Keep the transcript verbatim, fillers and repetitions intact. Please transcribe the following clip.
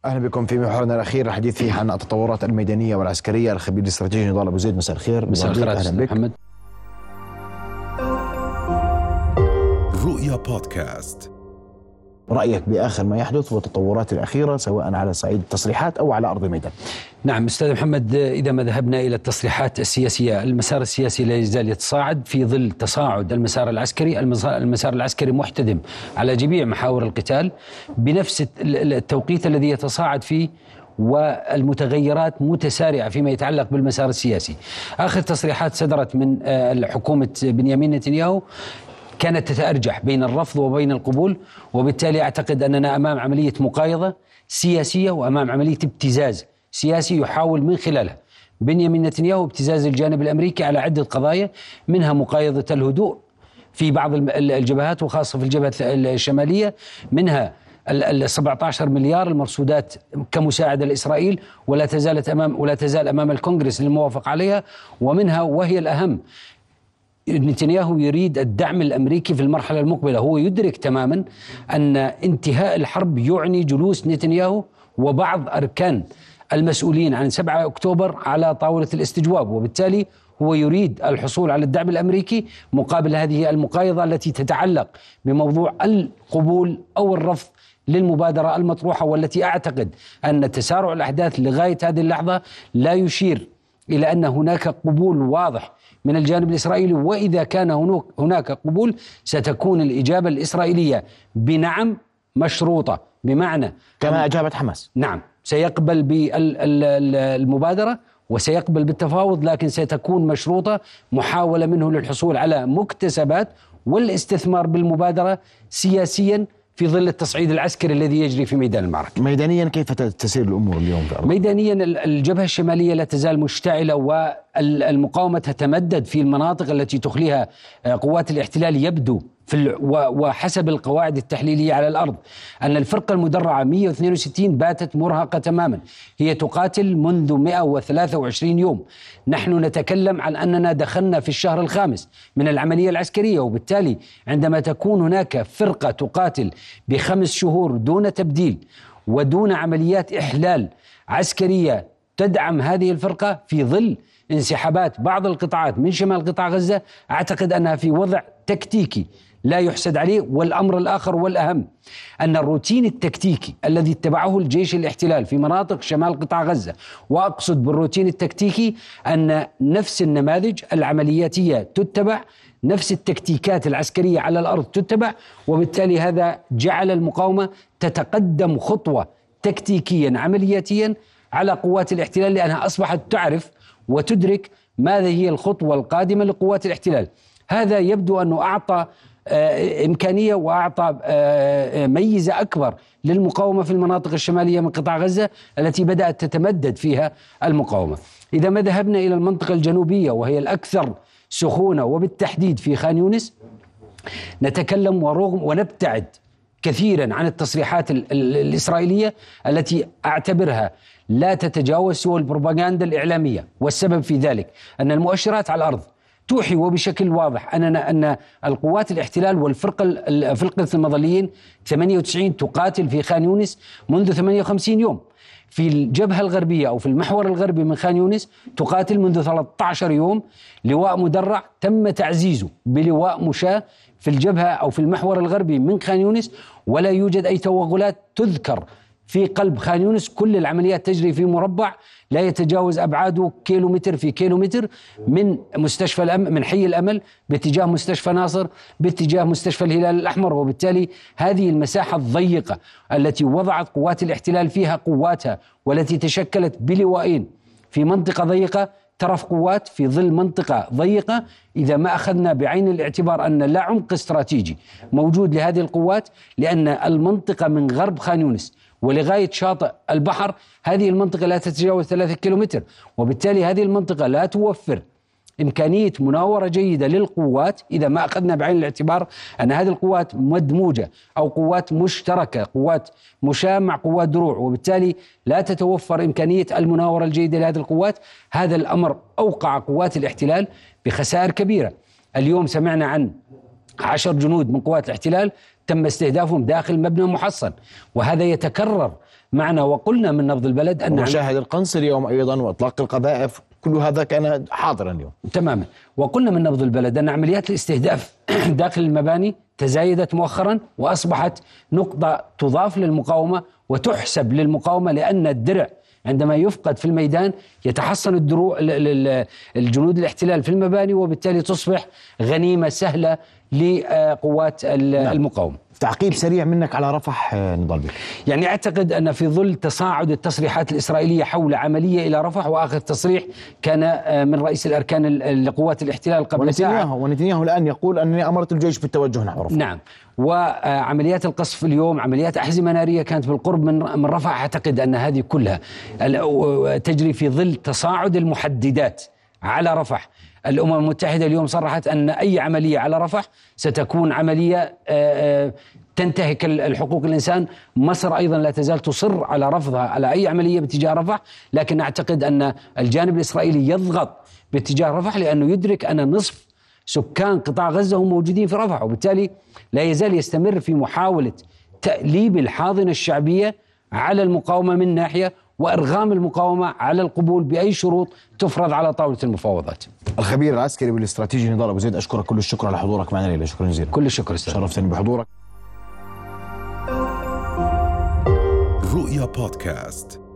أهلا بكم في محورنا الأخير الحديث فيه عن التطورات الميدانية والعسكرية. الخبير الاستراتيجي نضال أبو زيد، مساء الخير. مساء الخير. أهلا بك محمد. رؤيا بودكاست. رأيك بآخر ما يحدث والتطورات الأخيرة سواء على صعيد التصريحات أو على أرض الميدان؟ نعم أستاذ محمد، إذا ما ذهبنا إلى التصريحات السياسية، المسار السياسي لا يزال يتصاعد في ظل تصاعد المسار العسكري. المسار العسكري محتدم على جميع محاور القتال بنفس التوقيت الذي يتصاعد فيه، والمتغيرات متسارعة فيما يتعلق بالمسار السياسي. آخر تصريحات صدرت من حكومة بنيامين نتنياهو كانت تتأرجح بين الرفض وبين القبول، وبالتالي أعتقد أننا أمام عملية مقايضة سياسية وأمام عملية ابتزاز سياسي يحاول من خلالها بنيامين نتنياهو ابتزاز الجانب الأمريكي على عدة قضايا، منها مقايضة الهدوء في بعض الجبهات وخاصة في الجبهة الشمالية، منها ال سبعة عشر مليار المرصودات كمساعدة لإسرائيل ولا تزالت أمام ولا تزال أمام الكونغرس للموافقة عليها، ومنها وهي الأهم نتنياهو يريد الدعم الأمريكي في المرحلة المقبلة. هو يدرك تماما أن انتهاء الحرب يعني جلوس نتنياهو وبعض أركان المسؤولين عن سبعة أكتوبر على طاولة الاستجواب، وبالتالي هو يريد الحصول على الدعم الأمريكي مقابل هذه المقايضة التي تتعلق بموضوع القبول أو الرفض للمبادرة المطروحة، والتي أعتقد أن تسارع الأحداث لغاية هذه اللحظة لا يشير إلى أن هناك قبول واضح من الجانب الإسرائيلي. وإذا كان هناك قبول ستكون الإجابة الإسرائيلية بنعم مشروطة، بمعنى كما أجابت حماس. نعم، سيقبل بالمبادرة وسيقبل بالتفاوض، لكن ستكون مشروطة، محاولة منه للحصول على مكتسبات والاستثمار بالمبادرة سياسيا في ظل التصعيد العسكري الذي يجري في ميدان المعركة. ميدانيا كيف تسير الأمور اليوم في أرض؟ ميدانيا الجبهة الشمالية لا تزال مشتعلة، والمقاومة تتمدد في المناطق التي تخليها قوات الاحتلال. يبدو في وحسب القواعد التحليلية على الأرض أن الفرقة المدرعة مئة واثنين وستين باتت مرهقة تماما، هي تقاتل منذ مئة وثلاثة وعشرين يوم. نحن نتكلم عن أننا دخلنا في الشهر الخامس من العملية العسكرية، وبالتالي عندما تكون هناك فرقة تقاتل بخمس شهور دون تبديل ودون عمليات إحلال عسكرية تدعم هذه الفرقة في ظل انسحابات بعض القطاعات من شمال قطاع غزة، أعتقد أنها في وضع تكتيكي لا يحسد عليه. والأمر الآخر والأهم أن الروتين التكتيكي الذي اتبعه الجيش الاحتلال في مناطق شمال قطاع غزة، وأقصد بالروتين التكتيكي أن نفس النماذج العملياتية تتبع، نفس التكتيكات العسكرية على الأرض تتبع، وبالتالي هذا جعل المقاومة تتقدم خطوة تكتيكيا عملياتيا على قوات الاحتلال، لأنها أصبحت تعرف وتدرك ماذا هي الخطوة القادمة لقوات الاحتلال. هذا يبدو أنه أعطى إمكانية وأعطى ميزة أكبر للمقاومة في المناطق الشمالية من قطاع غزة التي بدأت تتمدد فيها المقاومة. إذا ما ذهبنا إلى المنطقة الجنوبية وهي الأكثر سخونة وبالتحديد في خان يونس، نتكلم ورغم ونبتعد كثيرا عن التصريحات الإسرائيلية التي أعتبرها لا تتجاوز سوى البروباغندا الإعلامية، والسبب في ذلك أن المؤشرات على الأرض توحي وبشكل واضح أننا أن القوات الاحتلال والفرقة فرقة المظليين ثمانية وتسعين تقاتل في خان يونس منذ ثمانية وخمسين يوم. في الجبهة الغربية أو في المحور الغربي من خان يونس تقاتل منذ ثلاثة عشر يوم لواء مدرع تم تعزيزه بلواء مشاة في الجبهة أو في المحور الغربي من خان يونس، ولا يوجد أي توغلات تذكر في قلب خان يونس. كل العمليات تجري في مربع لا يتجاوز أبعاده كيلومتر في كيلومتر من مستشفى الأمل من حي الأمل باتجاه مستشفى ناصر باتجاه مستشفى الهلال الأحمر. وبالتالي هذه المساحة الضيقة التي وضعت قوات الاحتلال فيها قواتها والتي تشكلت بلوائين في منطقة ضيقة ترف قوات في ظل منطقة ضيقة، إذا ما أخذنا بعين الاعتبار أن لا عمق استراتيجي موجود لهذه القوات، لأن المنطقة من غرب خان يونس ولغاية شاطئ البحر هذه المنطقة لا تتجاوز ثلاثة كيلومتر، وبالتالي هذه المنطقة لا توفر إمكانية مناورة جيدة للقوات إذا ما أخذنا بعين الاعتبار أن هذه القوات مدموجة أو قوات مشتركة، قوات مشاة مع قوات دروع، وبالتالي لا تتوفر إمكانية المناورة الجيدة لهذه القوات. هذا الأمر أوقع قوات الاحتلال بخسائر كبيرة. اليوم سمعنا عن عشر جنود من قوات الاحتلال تم استهدافهم داخل مبنى محصن، وهذا يتكرر معنا، وقلنا من نبض البلد أن وشاهد القنصل اليوم أيضا وإطلاق القذائف، كل هذا كان حاضرا اليوم. تماما. وقلنا من نبض البلد أن عمليات الاستهداف داخل المباني تزايدت مؤخرا وأصبحت نقطة تضاف للمقاومة وتحسب للمقاومة، لأن الدرع عندما يفقد في الميدان يتحصن الدروع الجنود الاحتلال في المباني، وبالتالي تصبح غنيمة سهلة لقوات المقاومة. تعقيب سريع منك على رفح نضال بك. يعني أعتقد أن في ظل تصاعد التصريحات الإسرائيلية حول عملية إلى رفح، وآخر تصريح كان من رئيس الأركان لقوات الاحتلال قبل ساعة، ونتنياهو الآن يقول أنني أمرت الجيش بالتوجه نحو رفح. نعم. وعمليات القصف اليوم، عمليات أحزمة نارية كانت بالقرب من من رفح. أعتقد أن هذه كلها تجري في ظل تصاعد المحددات على رفح. الأمم المتحدة اليوم صرحت أن أي عملية على رفح ستكون عملية تنتهك الحقوق الإنسان. مصر أيضا لا تزال تصر على رفضها على أي عملية باتجاه رفح، لكن أعتقد أن الجانب الإسرائيلي يضغط باتجاه رفح لأنه يدرك أن نصف سكان قطاع غزة هم موجودين في رفح، وبالتالي لا يزال يستمر في محاولة تأليب الحاضنة الشعبية على المقاومة من ناحية، وإرغام المقاومة على القبول بأي شروط تفرض على طاولة المفاوضات. الخبير العسكري والاستراتيجي نضال أبو زيد، أشكرك كل الشكر على حضورك معنا ليلة. شكرا جزيلا. كل الشكر استاذ. شرفتني بحضورك. رؤيا بودكاست.